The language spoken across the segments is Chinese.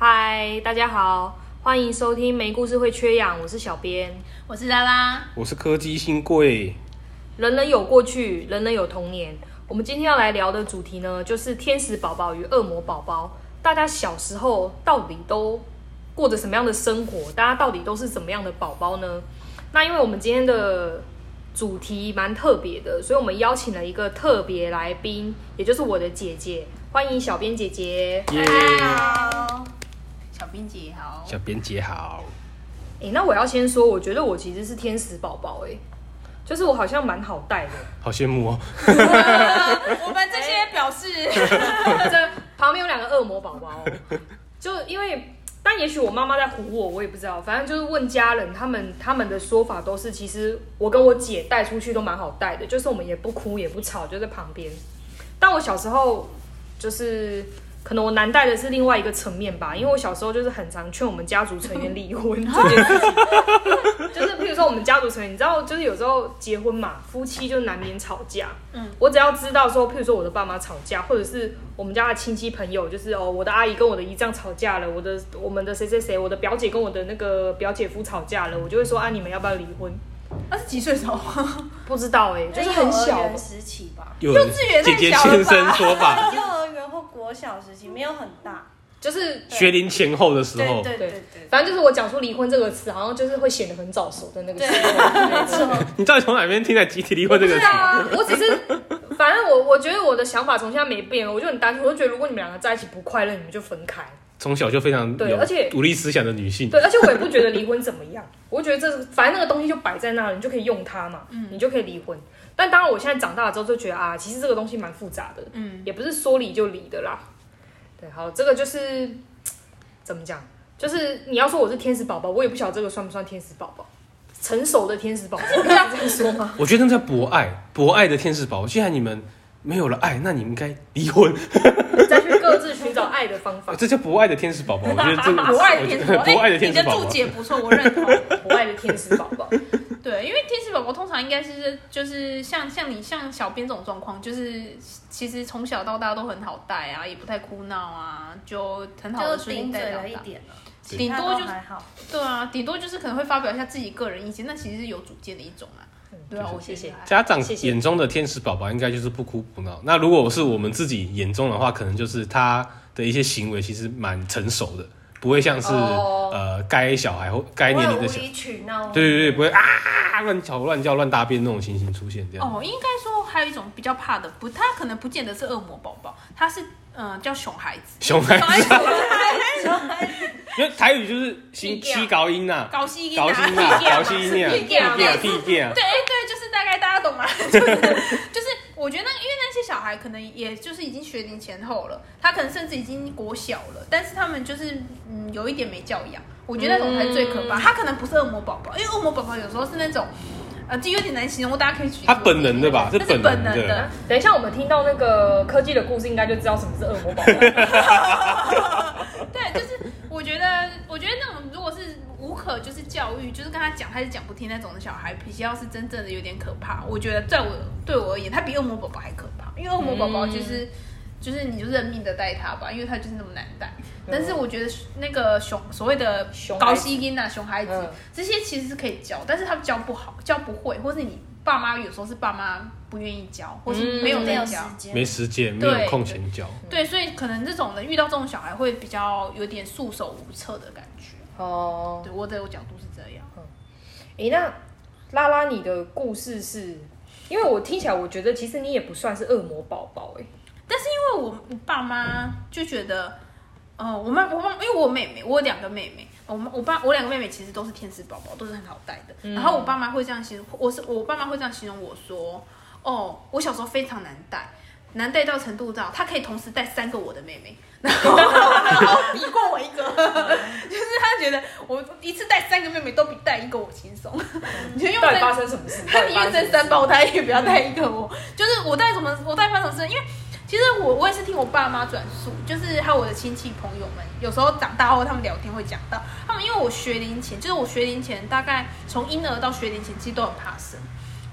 嗨，大家好，欢迎收听没故事会缺氧，我是小编， 我是拉拉， 我是科技新贵。 人人有过去，人人有童年。我们今天要来聊的主题呢，就是天使宝宝与恶魔宝宝。大家小时候到底都过着什么样的生活？大家到底都是怎么样的宝宝呢？那因为我们今天的主题蛮特别的，所以我们邀请了一个特别来宾，也就是我的姐姐，欢迎小编姐姐。 好，小编姐好， 小编姐好。 那我要先说，我觉得我其实是天使宝宝，就是我好像蛮好带的。 好羡慕哦。 我们这些表示， 这旁边有2个恶魔宝宝，就因为。但也许我妈妈在唬我，我也不知道。反正就是问家人，他们的说法都是，其实我跟我姐带出去都蛮好带的，就是我们也不哭也不吵，就在旁边。但我小时候就是可能我难带的是另外一个层面吧，因为我小时候就是很常劝我们家族成员离婚这件事情。就是譬如说我们家族成员，你知道，就是有时候结婚嘛，夫妻就难免吵架。我只要知道说，譬如说我的爸妈吵架，或者是我们家的亲戚朋友，就是我的阿姨跟我的姨丈吵架了，我们的谁谁谁，我的表姐跟我的那个表姐夫吵架了，我就会说你们要不要离婚？ 那是几岁时候？ 不知道就是很小幼儿园时期吧。 幼稚园姐姐先生说法， 幼儿园或国小时期没有很大， 就是学龄前后的时候， 对， 反正就是我讲出离婚这个词，好像就是会显得很早熟的那个时候。 没错。 你到底从哪边听来集体离婚这个词？ 我只是，反正我觉得我的想法从现在没变，我就很单纯，我就觉得如果你们2个在一起不快乐，你们就分开。 从小就非常有独立思想的女性， 对，而且我也不觉得离婚怎么样，我觉得反正那个东西就摆在那里，你就可以用它嘛，你就可以离婚。但当然，我现在长大了之后就觉得其实这个东西蛮复杂的，也不是说离就离的啦。对，好，这个就是怎么讲，就是你要说我是天使宝宝，我也不晓得这个算不算天使宝宝，成熟的天使宝宝，是这样说吗？ 我觉得那叫博爱的天使宝宝。既然你们没有了爱，那你们应该离婚， 再去各自寻找爱的方法。 这叫博爱的天使宝宝。我觉得这博爱的天使宝宝， 博爱的天使宝宝， 你的注解不错，我认同。 博爱的天使宝宝。 对，因为天使宝宝通常应该是就是像小编这种状况，就是其实从小到大都很好带啊，也不太哭闹啊，就很好的顺利带长大。顶多就还好。 对啊，顶多就是可能会发表一下自己个人意见，那其实是有主见的一种啊。对啊，我谢谢。 家长眼中的天使宝宝应该就是不哭不闹。那如果是我们自己眼中的话，可能就是他的一些行为其实蛮成熟的，不会像是该小孩或该年龄的小孩， 无理取闹。 对，不会乱吵乱叫乱大便那种情形出现这样。 应该说还有一种比较怕的，他可能不见得是恶魔宝宝，他是叫熊孩子。 熊孩子，因为台语就是吸高音呐， 高吸音啊， 对，就是大概大家懂吗？就是我觉得因为那些小孩可能也就是已经学龄前后了，他可能甚至已经国小了，但是他们就是有一点没教养，我觉得那种才最可怕。他可能不是恶魔宝宝，因为恶魔宝宝有时候是那种。这有点难形容，大家可以举。 他本能的吧， 是本能的。 等一下，我们听到那个科技的故事，应该就知道什么是恶魔宝宝。 对，就是我觉得那种如果是无可就是教育，就是跟他讲他是讲不听那种的小孩，脾气要是真正的有点可怕。我觉得对我而言，他比恶魔宝宝还可怕，因为恶魔宝宝就是你就认命的带他吧，因为他就是那么难带。但是我觉得那个所谓的高吸音啊，熊孩子这些其实是可以教，但是他们教不好，教不会，或是你爸妈有时候是爸妈不愿意教，或是没有在教， 没时间，没有空闲教。 对，所以可能这种人遇到这种小孩会比较有点束手无策的感觉。对，我的角度是这样。 那拉拉你的故事是，因为我听起来我觉得其实你也不算是恶魔宝宝但是因为我爸妈就觉得。我妈，因为我妹妹，我有2个妹妹，我2个妹妹其实都是天使宝宝，都是很好带的。然后我爸妈会这样形容，我爸妈会这样形容我说，我小时候非常难带到程度到，他可以同时带3个我的妹妹，然后比过我一个，就是他觉得我一次带3个妹妹都比带1个我轻松。 到底发生什么事？ 他宁愿生3胞胎也不要带1个我，就是我带发生什么事，因为。其实我也是听我爸妈转述，就是还有我的亲戚朋友们，有时候长大后他们聊天会讲到，他们因为我学龄前大概从婴儿到学龄前其实都很怕生，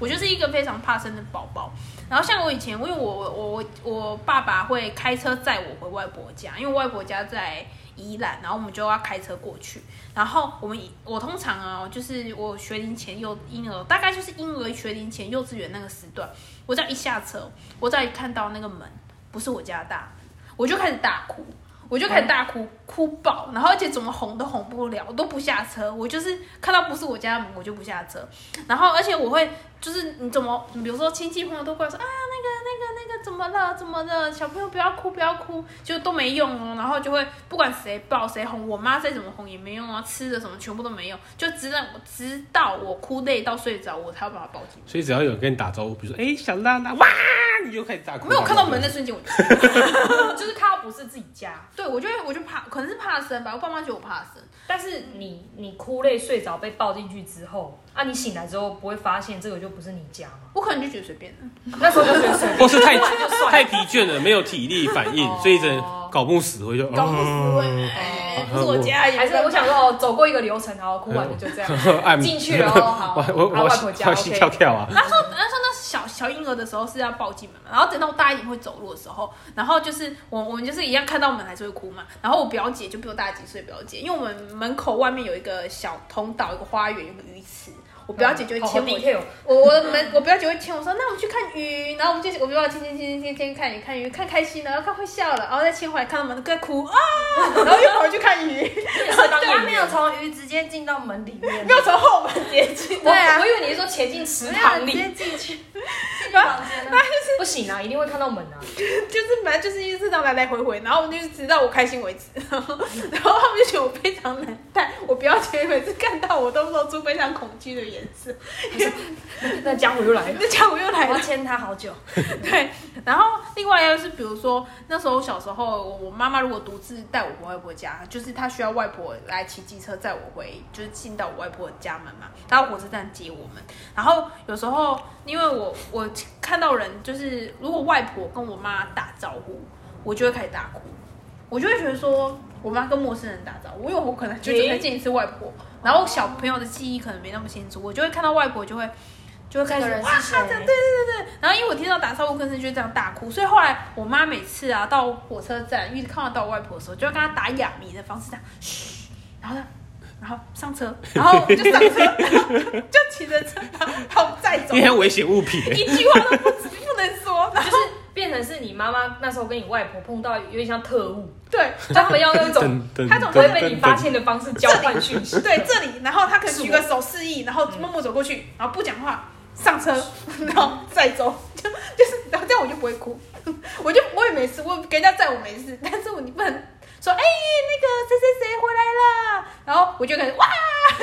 我就是一个非常怕生的宝宝。然后像我以前，因为我爸爸会开车载我回外婆家，因为外婆家在宜兰，然后我们就要开车过去。然后我通常啊，就是我学龄前婴儿，大概就是婴儿学龄前幼稚园那个时段，我只要一下车，我只要一看到那个门不是我家的大门，我就开始大哭。我就开始大哭，哭爆，然后而且怎么哄都哄不了，我都不下车。我就是看到不是我家的门，我就不下车。然后而且我会就是比如说亲戚朋友都会说啊那个怎么了，小朋友不要哭，就都没用哦。然后就会不管谁抱谁哄，我妈再怎么哄也没用啊，吃的什么全部都没用，就直到我哭累到睡着，我才要把他抱进去。 所以只要有人跟你打招呼，比如说小拉拉哇，你就开始大哭。 没有看到门那瞬间，我就是看到不是自己家。 对，我就怕，可能是怕生吧。我爸妈觉得我怕生， 但是你哭累睡着被抱进去之后，啊，你醒来之后不会发现这个就不是你家吗？ 我可能就觉得随便了， 那时候就随便， 或是太疲倦了，没有体力反应，所以搞不死会就搞不死会，不是我家， 还是我想说走过一个流程，然后哭完了就这样进去了哦，好， 我外婆家 OK 跳啊。 他说那小婴儿的时候是要抱进门嘛，然后等到大一点会走路的时候，然后就是我们就是一样看到门还是会哭嘛。然后我表姐就比我大几岁，表姐，因为我们门口外面有一个小通道，一个花园，有个鱼池。我表姐就会牵我表姐会牵我说，那我们去看鱼，然后我表姐牵看鱼，看开心了，然后看会笑了，然后再牵回来看到门在哭啊，然后又跑去看鱼， 他没有从鱼直接进到门里面， 没有从后门接进， 对啊，我以为你是说潜进池塘里， 直接进去。房间呢？ 不行啊，一定会看到门啊。 就是反正就是一直这样来回，然后我们就直到我开心为止，然后他们就觉得我非常难带。我表姐每次看到我都露出非常恐惧的颜色。 那家伙又来了， 我要牵他好久。 对，然后另外就是比如说那时候小时候，我妈妈如果独自带我回外婆家，就是她需要外婆来骑机车载我回，就是进到我外婆的家门嘛，到火车站接我们。然后有时候因为我看到人，就是如果外婆跟我妈打招呼，我就会开始大哭，我就会觉得说我妈跟陌生人打招呼，因为我可能就只能见一次外婆，然后小朋友的记忆可能没那么清楚，我就会看到外婆就会开始哇，对，然后因为我听到打招呼更是就这样大哭，所以后来我妈每次啊到火车站一直看到我外婆的时候，就会跟她打哑谜的方式这样嘘，然后上车，然后就上车，然后就骑着车，然后再走， 因为危险物品， 一句话都不能说，然后就是变成是你妈妈那时候跟你外婆碰到有点像特务， 对， 就他们要用一种他总不会被你发现的方式交换讯息， 对，这里，然后他可能举个手示意，然后默默走过去，然后不讲话。上车，然后再走，就是然后这样我就不会哭，我也没事，我给人家载我没事，但是你不能说那个谁回来了，然后我就开始哇，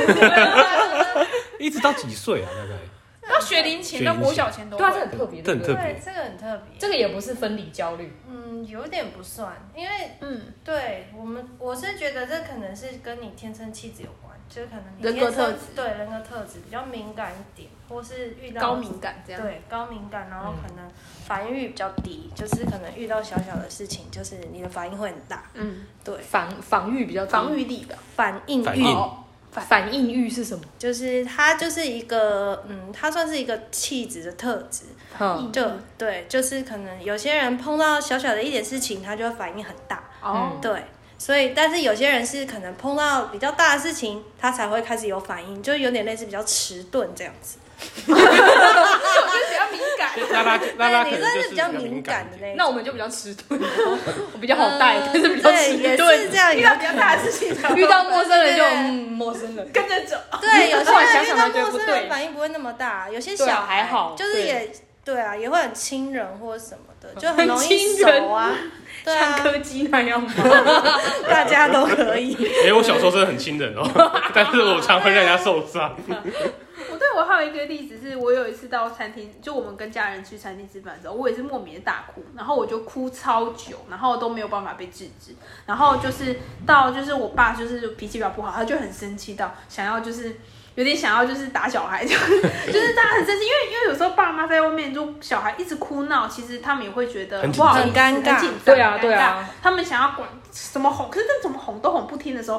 一直到几岁啊？大概到学龄前到国小前都会， 对啊，这很特别， 这很特别， 对，这个很特别， 这个也不是分离焦虑， 有点不算，因为对我是觉得这可能是跟你天生气质有关，就是可能你人格特质， 对人格特质比较敏感一点，或是遇到高敏感这样， 对高敏感，然后可能反应欲比较低，就是可能遇到小小的事情，就是你的反应会很大，对， 防御比较低， 防御力的反应欲。 反应欲是什么？ 就是它就是一个，它算是一个气质的特质。对，就是可能有些人碰到小小的一点事情，他就会反应很大。对，所以但是有些人是可能碰到比较大的事情，他才会开始有反应，就有点类似比较迟钝这样子。 我觉得比较敏感， 拉拉你算是比较敏感的那种， 那我们就比较迟钝，我比较好带，但是比较迟钝， 也是这样。 遇到比较大的事情， 遇到陌生人就陌生人跟着走。 对，有些人遇到陌陌生人反应不会那么大，有些小孩还好， 就是对啊，也会很亲人或什么的，就很容易熟啊。对啊， 像柯基那样吗？ 大家都可以。 我小时候真的很亲人哦，但是我常会让人家受伤。 我还有一个例子是，我有一次到餐厅，就我们跟家人去餐厅吃饭的时候，我也是莫名的大哭，然后我就哭超久，然后都没有办法被制止，然后就是到就是我爸就是脾气比较不好，他就很生气到想要就是有点想要就是打小孩，就是大家很生气，因为有时候爸妈在外面就小孩一直哭闹，其实他们也会觉得不好意思， 很尴尬， 对啊， 他们想要管什么哄，可是怎么哄都哄不听的时候。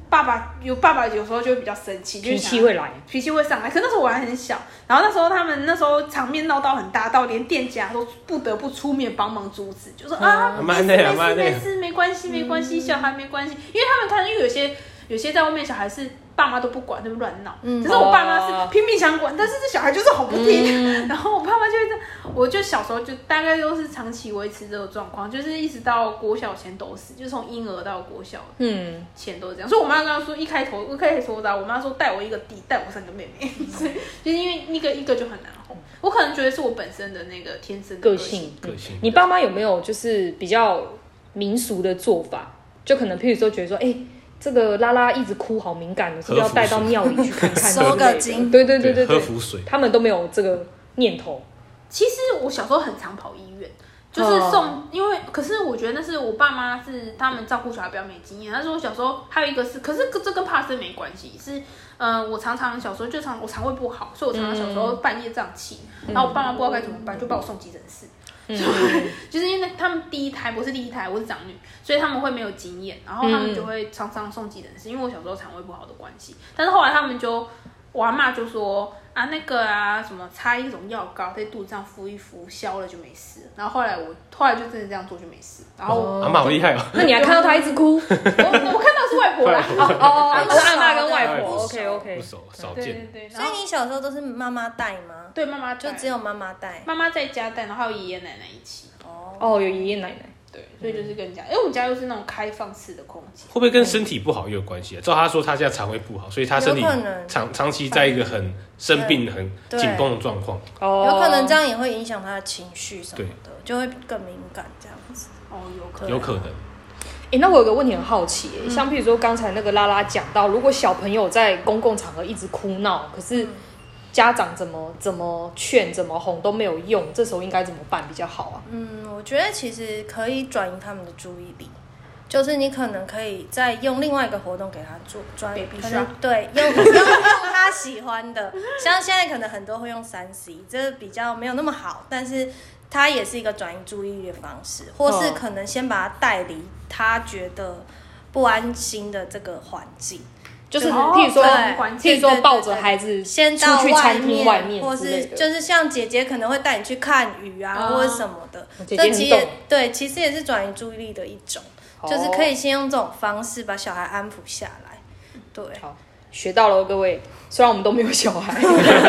爸爸有时候就会比较生气， 脾气会来， 脾气会上来。可那时候我还很小，然后他们那时候场面闹到很大，到连店家都不得不出面帮忙阻止，就说没事，没关系，小孩没关系，因为他们看，因为有些在外面小孩是爸妈都不管，就乱闹。只是我爸妈是拼命想管，但是这小孩就是哄不听。然后我爸妈就会我就小时候就大概都是长期维持这个状况，就是一直到国小前都是，就是从婴儿到国小前都是这样。所以我妈刚刚说一开头我妈说带我一个弟，带我3个妹妹，所以就是因为一个就很难哄。我可能觉得是我本身的那个天生的个性。 你爸妈有没有就是比较民俗的做法？就可能譬如说觉得说，这个拉拉一直哭，好敏感的，是不是要带到庙里去看看？ 收个经。 对， 喝符水。 他们都没有这个念头。 其实我小时候很常跑医院，就是因为可是我觉得那是我爸妈是他们照顾小孩比较没经验。但是我小时候还有一个是，可是这跟怕生没关系，是我常常小时候我肠胃不好，所以我常常小时候半夜胀气，然后我爸妈不知道该怎么办，就把我送急诊室。就是因为他们第一胎，我是第一胎，我是长女，所以他们会没有经验，然后他们就会常常送急诊室，因为我小时候肠胃不好的关系。但是后来我阿嬷就说那个什么擦一种药膏在肚子上敷一敷，消了就没事。然后后来就真的这样做就没事。然后阿嬷好厉害哦！ 那你还看到她一直哭？ 我看到是外婆啦。 阿嬷跟外婆。OK， 不熟，少见。 对。 所以你小时候都是妈妈带吗？ 对，妈妈就只有妈妈带， 妈妈在家带，然后还有爷爷奶奶一起。 有爷爷奶奶。 对，所以就是跟家，因为我们家又是那种开放式的空间。 会不会跟身体不好也有关系啊？照他说，他现在肠胃不好，所以他身体长期在一个很生病、很紧绷的状况。 有可能这样也会影响他的情绪什么的，就会更敏感这样子。 有可能。 那我有个问题很好奇，像譬如说刚才那个拉拉讲到，如果小朋友在公共场合一直哭闹，可是家长怎么劝、怎么哄都没有用，这时候应该怎么办比较好啊？ 我觉得其实可以转移他们的注意力，就是你可能可以再用另外一个活动给他做可能对用他喜欢的，像现在可能很多会用3C， 这比较没有那么好，但是它也是一个转移注意力的方式，或是可能先把他带离他觉得不安心的这个环境。 就是譬如说抱着孩子先到出去餐厅外面， 或是就是像姐姐可能会带你去看鱼或者什么的， 姐姐很懂。 对，其实也是转移注意力的一种，就是可以先用这种方式把小孩安抚下来。对， 好，学到了各位，虽然我们都没有小孩，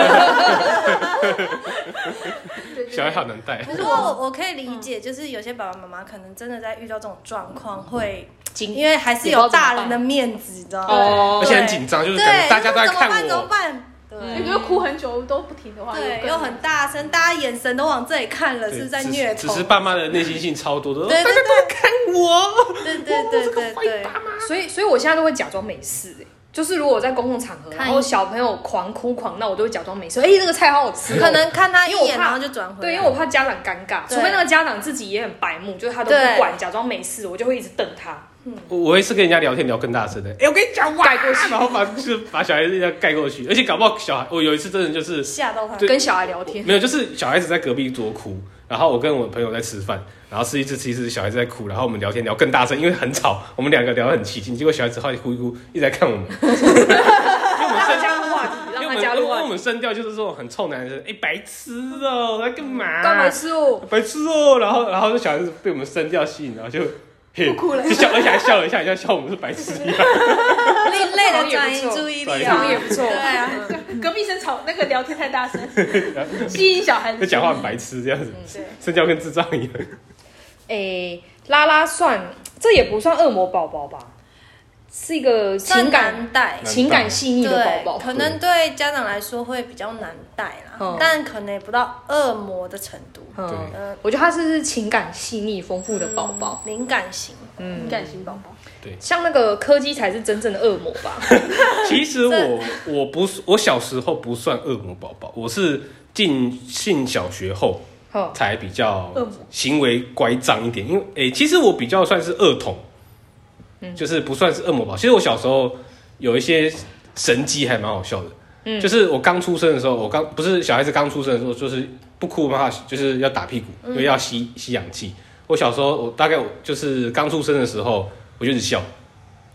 小孩好难带。 不过我可以理解，就是有些爸爸妈妈可能真的在遇到这种状况会。因为还是有大人的面子，你知道吗？ 而且很紧张，就是感觉大家都在看我。 怎么办？ 对，如果哭很久都不停的话， 对，又很大声，大家眼神都往这里看了，是不是在虐童？ 只是爸妈的内心戏超多的， 大家都在看我。 对， 所以我现在都会假装没事。就是如果我在公共场合，然后小朋友狂哭狂闹，我都会假装没事。这个菜好好吃。 可能看他一眼，然后就转回来。 对，因为我怕家长尴尬，除非那个家长自己也很白目，就是他都不管，假装没事，我就会一直瞪他。 我会是跟人家聊天聊更大声的，我跟你讲，盖过去，然后把小孩子这盖过去，而且搞不好小孩，我有一次真的就是吓到他， 跟小孩聊天， 没有，就是小孩子在隔壁桌哭，然后我跟我朋友在吃饭，然后吃一次小孩子在哭，然后我们聊天聊更大声，因为很吵，我们两个聊得很起劲，结果小孩子后来哭一哭，一直在看我们，因为我们声调就是说很臭男生，白痴哦，在干嘛？ 干白痴哦， 白痴哦，然后小孩子被我们声调吸引，然后就。 不哭了， 而且还笑了一下，像笑我们是白痴一样。 另类的转移注意力啊， 也不错。 对啊，隔壁声吵那个聊天太大声，吸引小孩子。 讲话很白痴这样子，声调跟智障一样。 拉拉算这也不算恶魔宝宝吧？是一个情感细腻的宝宝， 可能对家长来说会比较难带啦，但可能也不到恶魔的程度。 我觉得他是情感细腻丰富的宝宝， 敏感型， 敏感型宝宝。 对， 像那个柯基才是真正的恶魔吧？ 其实我小时候不算恶魔宝宝，我是进小学后才比较行为乖张一点，因为其实我比较算是恶童。就是不算是恶魔宝。其实我小时候有一些神迹还蛮好笑的，就是我刚出生的时候，不是小孩子刚出生的时候，就是不哭嘛，就是要打屁股，因为要吸氧气。我小时候，我大概就是刚出生的时候，我就一直笑，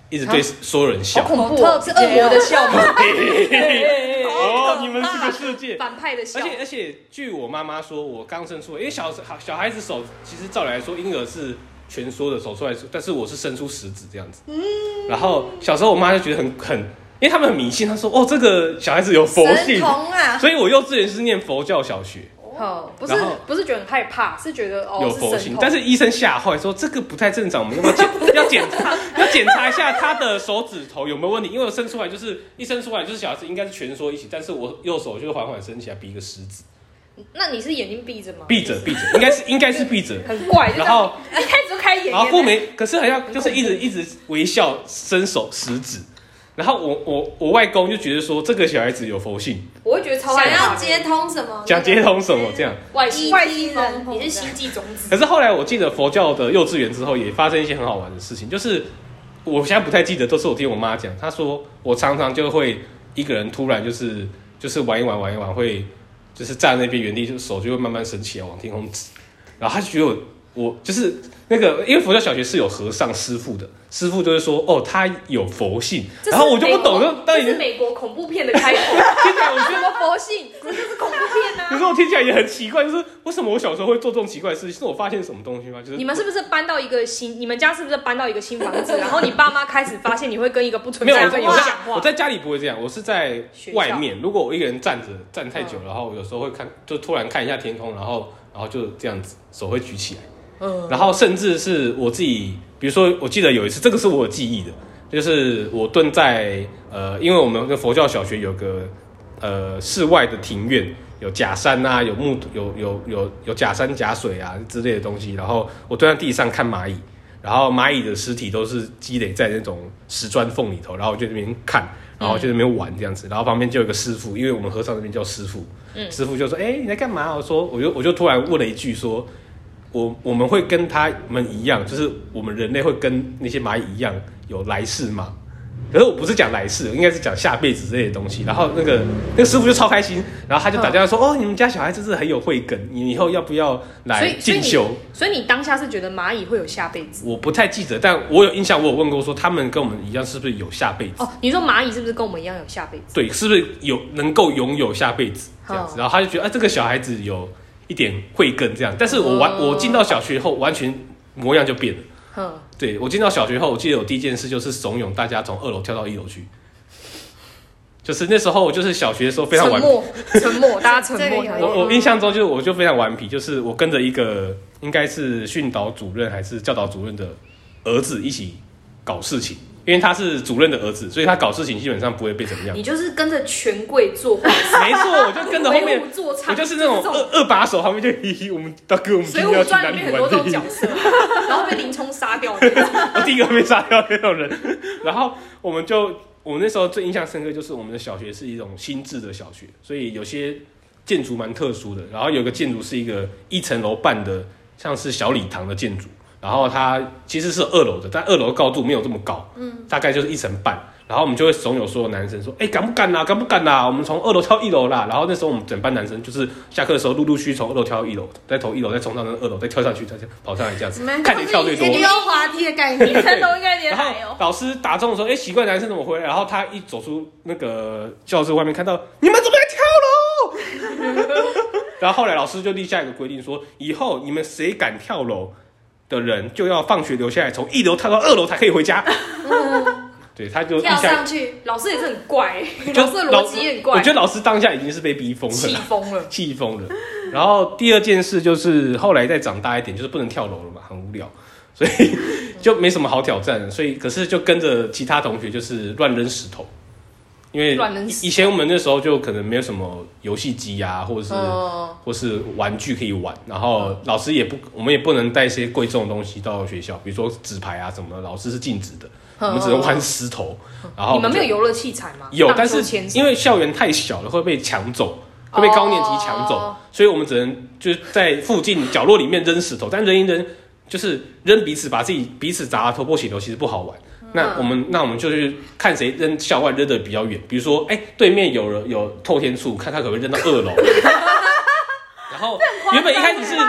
一直对所有人笑， 好恐怖哦，是恶魔的笑吗？ 哦，你们是个世界反派的笑。 而且，据我妈妈说，我刚生出来，因为小孩子手其实照理来说，婴儿是蜷缩的手出来，但是我是伸出食指这样子。然后小时候我妈就觉得很，因为他们很迷信，她说哦，这个小孩子有佛性，所以我幼稚园是念佛教小学。 不是觉得很害怕，是觉得有佛性，但是医生吓坏说这个不太正常，我们要检查一下他的手指头有没有问题，因为我生出来就是小孩子应该是蜷缩一起，但是我右手就缓缓伸起来比一个食指。 那你是眼睛闭着吗？ 闭着，应该是闭着， 很怪。 然后一开始就开眼， 然后可是好像就是一直微笑伸手食指。然后我外公就觉得说这个小孩子有佛性， 我会觉得超害怕， 想要接通什么， 想接通什么这样， 外星人，你是星际种子。 可是后来我记得佛教的幼稚园之后也发生一些很好玩的事情，就是我现在不太记得，都是我听我妈讲，她说我常常就会一个人突然就是玩一玩会就是站在那边原地，就手就会慢慢伸起来往天空指，然后她就觉得我就是那个，因为佛教小学是有和尚师傅的，师傅就会说哦，他有佛性，然后我就不懂， 这是美国恐怖片的开头， 听起来我觉得佛性，这就是恐怖片啊。 可是我听起来也很奇怪，就是为什么我小时候会做这种奇怪的事情？是我发现什么东西吗？就是你们是不是搬到一个你们家是不是搬到一个新房子，然后你爸妈开始发现你会跟一个不存在的朋友讲话？ 我在家里不会这样，我是在外面。如果我一个人站太久，然后有时候会就突然看一下天空，然后就这样子手会举起来。然后甚至是我自己，比如说我记得有一次，这个是我有记忆的，就是我蹲在因为我们的佛教小学有个室外的庭院，有假山啊，有假山假水啊之类的东西，然后我蹲在地上看蚂蚁，然后蚂蚁的尸体都是积累在那种石砖缝里头，然后我就在那边看，然后就在那边玩这样子，然后旁边就有个师傅，因为我们和尚那边叫师傅，师傅就说你在干嘛？我就突然问了一句说。我们会跟他们一样，就是我们人类会跟那些蚂蚁一样有来世吗？可是我不是讲来世，应该是讲下辈子之类的东西。然后那个师傅就超开心，然后他就打电话说：“哦，你们家小孩真是很有慧根，你以后要不要来进修？” 所以你当下是觉得蚂蚁会有下辈子？ 我不太记得，但我有印象，我有问过说他们跟我们一样是不是有下辈子？ 哦，你说蚂蚁是不是跟我们一样有下辈子？ 对，是不是能够拥有下辈子这样子？然后他就觉得这个小孩子有一点慧根这样，但是我进到小学后完全模样就变了。对，我进到小学后，我记得有第一件事就是怂恿大家从2楼跳到1楼去。就是那时候，我就是小学的时候非常顽皮， 沉默，大家沉默。 我印象中就是我就非常顽皮，就是我跟着一个应该是训导主任还是教导主任的儿子一起搞事情。因为他是主任的儿子，所以他搞事情基本上不会被怎么样。 你就是跟着权贵做坏事， 没错，我就跟着后面，我就是那种二把手，旁边就嘻嘻，我们大哥，我们今天要去哪里玩？ 水浒传里面很多这种角色，然后被林冲杀掉我第一个被杀掉那种人。然后我们那时候最印象深刻就是我们的小学是一种新制的小学，所以有些建筑蛮特殊的。然后有个建筑是一个1层楼半的，像是小礼堂的建筑。然后它其实是2楼的，但2楼的高度没有这么高，大概就是1层半。然后我们就会怂恿所有男生说：“敢不敢啦？敢不敢啦？我们从2楼跳1楼啦！”然后那时候我们整班男生就是下课的时候陆陆续续从2楼跳到1楼，再从1楼再冲上那2楼，再跳上去，再跑上来这样子，看谁跳最多。 溜滑梯的概念， 层楼应该有点矮哦。 老师打钟的时候，奇怪男生怎么回来？然后他一走出那个教室外面，看到你们怎么在跳楼？然后后来老师就立下一个规定说：以后你们谁敢跳楼的人就要放学留下来，从1楼跳到2楼才可以回家。对，他就跳上去。老师也是很怪，老师的逻辑也很怪。 我觉得老师当下已经是被逼疯了，气疯了。然后第二件事就是后来再长大一点，就是不能跳楼了嘛，很无聊，所以就没什么好挑战的。所以可是就跟着其他同学就是乱扔石头。因为以前我们那时候就可能没有什么游戏机啊，或是玩具可以玩，然后老师我们也不能带一些贵重的东西到学校，比如说纸牌啊什么的，老师是禁止的，我们只能玩石头。然后你们没有游乐器材吗？ 有，但是因为校园太小了，会被抢走，会被高年级抢走，所以我们只能就是在附近角落里面扔石头，但扔一扔就是扔彼此，把彼此砸得头破血流，其实不好玩。那我们就去看谁扔校外扔的比较远，比如说，对面有透天厝，看他可不可以扔到2楼。然后原本一开始是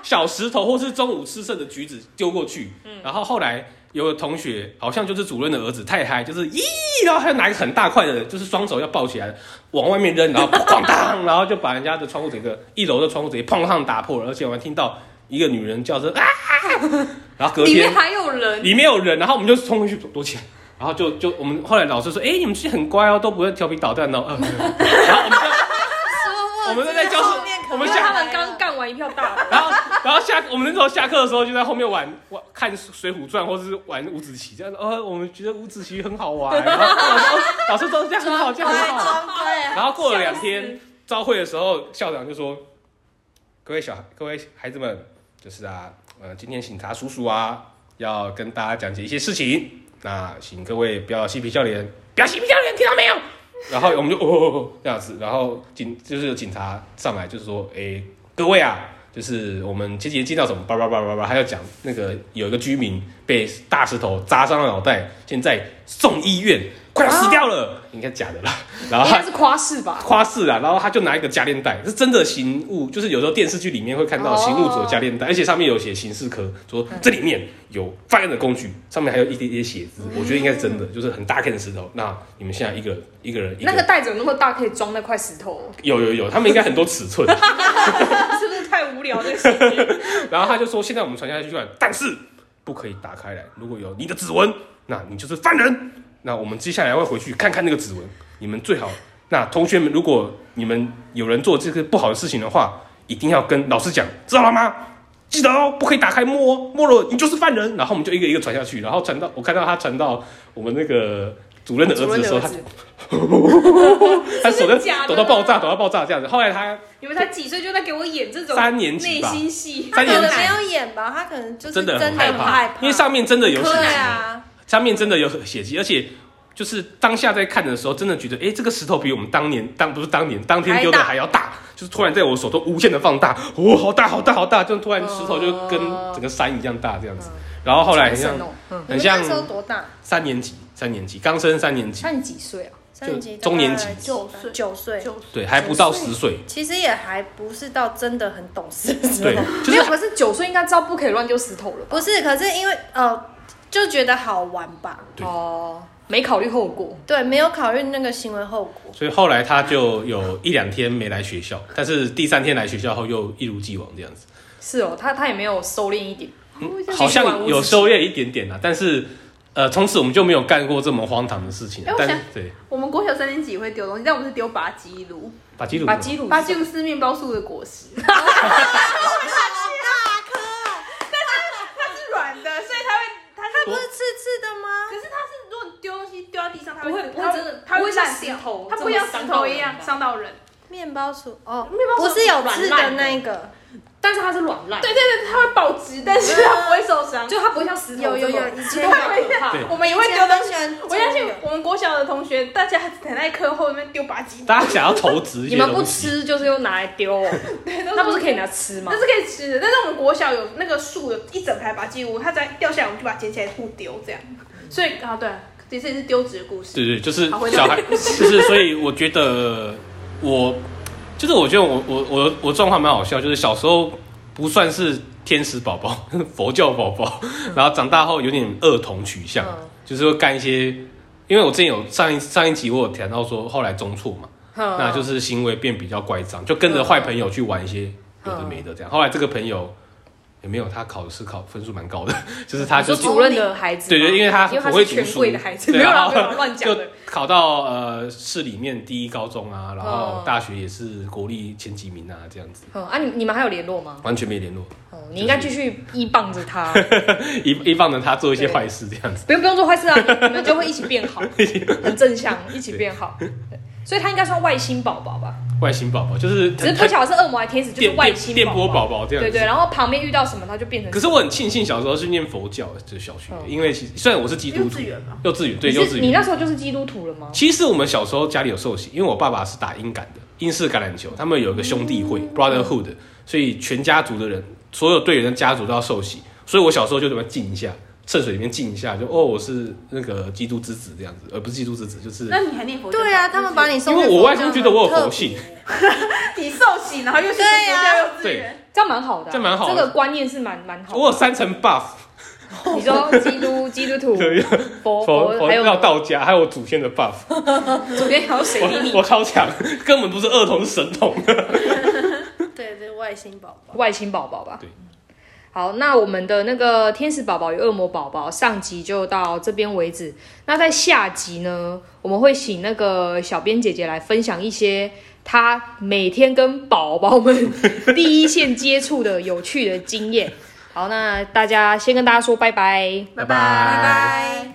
小石头或是中午吃剩的橘子丢过去，然后后来有个同学好像就是主任的儿子太嗨，就是然后他拿一个很大块的，就是双手要抱起来往外面扔，然后哐当，然后就把人家的窗户整个1楼的窗户直接砰砰打破了，而且我还听到一个女人叫声啊，然后隔天里面还有人， 里面有人，然后我们就冲回去躲起来。然后就我们后来老师说，你们其实很乖哦，都不会调皮捣蛋哦。然后我们就在教室，我们他们刚干完一票大的。 然后我们那时候下课的时候就在后面看《水浒传》或者是玩五子棋，这样我们觉得五子棋很好玩。然后老师说这样很好，这样很好。然后过了2天招会的时候，校长就说：“各位孩子们，就是今天警察叔叔要跟大家讲解一些事情。”那请各位不要嬉皮笑脸，不要嬉皮笑脸，听到没有？然后我们就这样子，然后就是有警察上来，就是说，各位就是我们前几天见到什么，叭叭叭叭叭，他要讲那个有一个居民被大石头砸伤了脑袋，现在送医院，快要死掉了，应该假的啦。然后应该是夸饰吧？ 夸饰啦，然后他就拿一个夹链袋，是真的刑务，就是有时候电视剧里面会看到刑务组的夹链袋，而且上面有写刑事科，说这里面有犯案的工具，上面还有一点点血渍，我觉得应该是真的，就是很大片的石头。那你们现在一个人那个袋子有那么大，可以装那块石头？ 有，他们应该很多尺寸， 是不是太无聊这个事情？ 然后他就说，现在我们传下去，但是不可以打开来，如果有你的指纹，那你就是犯人。那我们接下来会回去看看那个指纹，你们最好，那同学们，如果你们有人做这个不好的事情的话，一定要跟老师讲，知道了吗？记得哦，不可以打开摸了你就是犯人。然后我们就一个一个传下去，然后我看到他传到我们那个主任的儿子的时候，他手在抖到爆炸这样子。后来你们才几岁就在给我演这种 3年级吧， 内心戏？ 他可能没有演吧，他可能就是真的很害怕， 因为上面真的有血迹上面真的有血迹，而且就是当下在看的时候，真的觉得，这个石头比我们当天丢的还要大，就是突然在我手中无限的放大，好大好大好大，就突然石头就跟整个山一样大这样子。然后后来很像那时候多大 ？3年级，刚升3年级。 那你几岁啊 ？3年级中年级 ，9岁， 对，还不到10岁。 其实也还不是到真的很懂事。 对， 没有，可是9岁应该知道不可以乱丢石头了吧？ 不是，可是因为就觉得好玩吧。 没考虑后果。 对，没有考虑那个行为后果。 所以后来他就有1-2天没来学校，但是第3天来学校后又一如既往这样子。 是哦，他也没有收敛一点。 好像有收敛一点点啦，但是从此我们就没有干过这么荒唐的事情。对， 我们国小3年级也会丢东西，但我们是丢拔鸡炉。 拔鸡炉是面包树的果实。 它不是刺刺的吗？ 可是它是，如果你丢东西丢到地上，它会真的，它会像石头， 它不会像石头一样伤到人。 面包树不是有刺的那一个， 但是它是软烂。 对，它会保值，但是它不会受伤， 就它不会像石头。 有，以前我们也会丢东西。我相信我们国小的同学，大家很爱课后那边丢拔鸡。 大家想要投掷一些东西， 你们不吃就是用拿来丢哦。对，那不是可以拿吃吗？ 那是可以吃的，但是我们国小有那个树有一整排拔鸡屋，它只要掉下来，我们就把它捡起来互丢这样。所以对，这次也是丢纸的故事。 对，就是小孩，就是所以我觉得我状况蛮好笑，就是小时候不算是天使宝宝、佛教宝宝，然后长大后有点恶童取向，就是会干一些，因为我之前有上一集我有谈到说，后来中辍嘛，那就是行为变比较乖张，就跟着坏朋友去玩一些有的没的这样。后来这个朋友也没有，他考试分数蛮高的，就是他就主任的孩子， 对，因为他很会读书的孩子，没有乱讲的， 就考到市里面第1高中啊，然后大学也是国立前几名啊，这样子。 你们还有联络吗？ 完全没联络。 你应该继续依傍着他， 依傍着他做一些坏事，这样子。 不用做坏事啊，你们就会一起变好，很正向，一起变好。所以他应该算外星宝宝吧？ 外星宝宝就是只是不晓得是恶魔还是天使，就是外星电波宝宝这样子。 对，然后旁边遇到什么他就变成。 可是我很庆幸小时候是念佛教的小学，因为虽然我是基督徒，幼稚园对幼稚园。 你那时候就是基督徒了吗？ 其实我们小时候家里有受洗，因为我爸爸是打英式橄榄球，他们有一个兄弟会 Brotherhood， 所以全家族的人，所有队员的家族都要受洗，所以我小时候就这么敬一下。 圣水里面浸一下，就我是那个基督之子这样子，而不是基督之子，就是。 那你还念佛教？ 对啊，他们把你送因为我外公觉得我有佛性， 你受洗然后又去佛教幼稚园， 这样蛮好的， 这蛮好的， 这个观念是蛮好的。 我有3层 buff。 你说基督徒、 佛还有道家，还有我祖先的 buff， 祖先还有谁比你？ 我超强，根本不是儿童，是神童。 对，这外星宝宝， 外星宝宝吧。 对。 好，那我们的那个天使宝宝与恶魔宝宝上集就到这边为止。那在下集呢，我们会请那个小编姐姐来分享一些她每天跟宝宝们第一线接触的有趣的经验。好，那大家先跟大家说拜拜， 拜拜。 拜拜。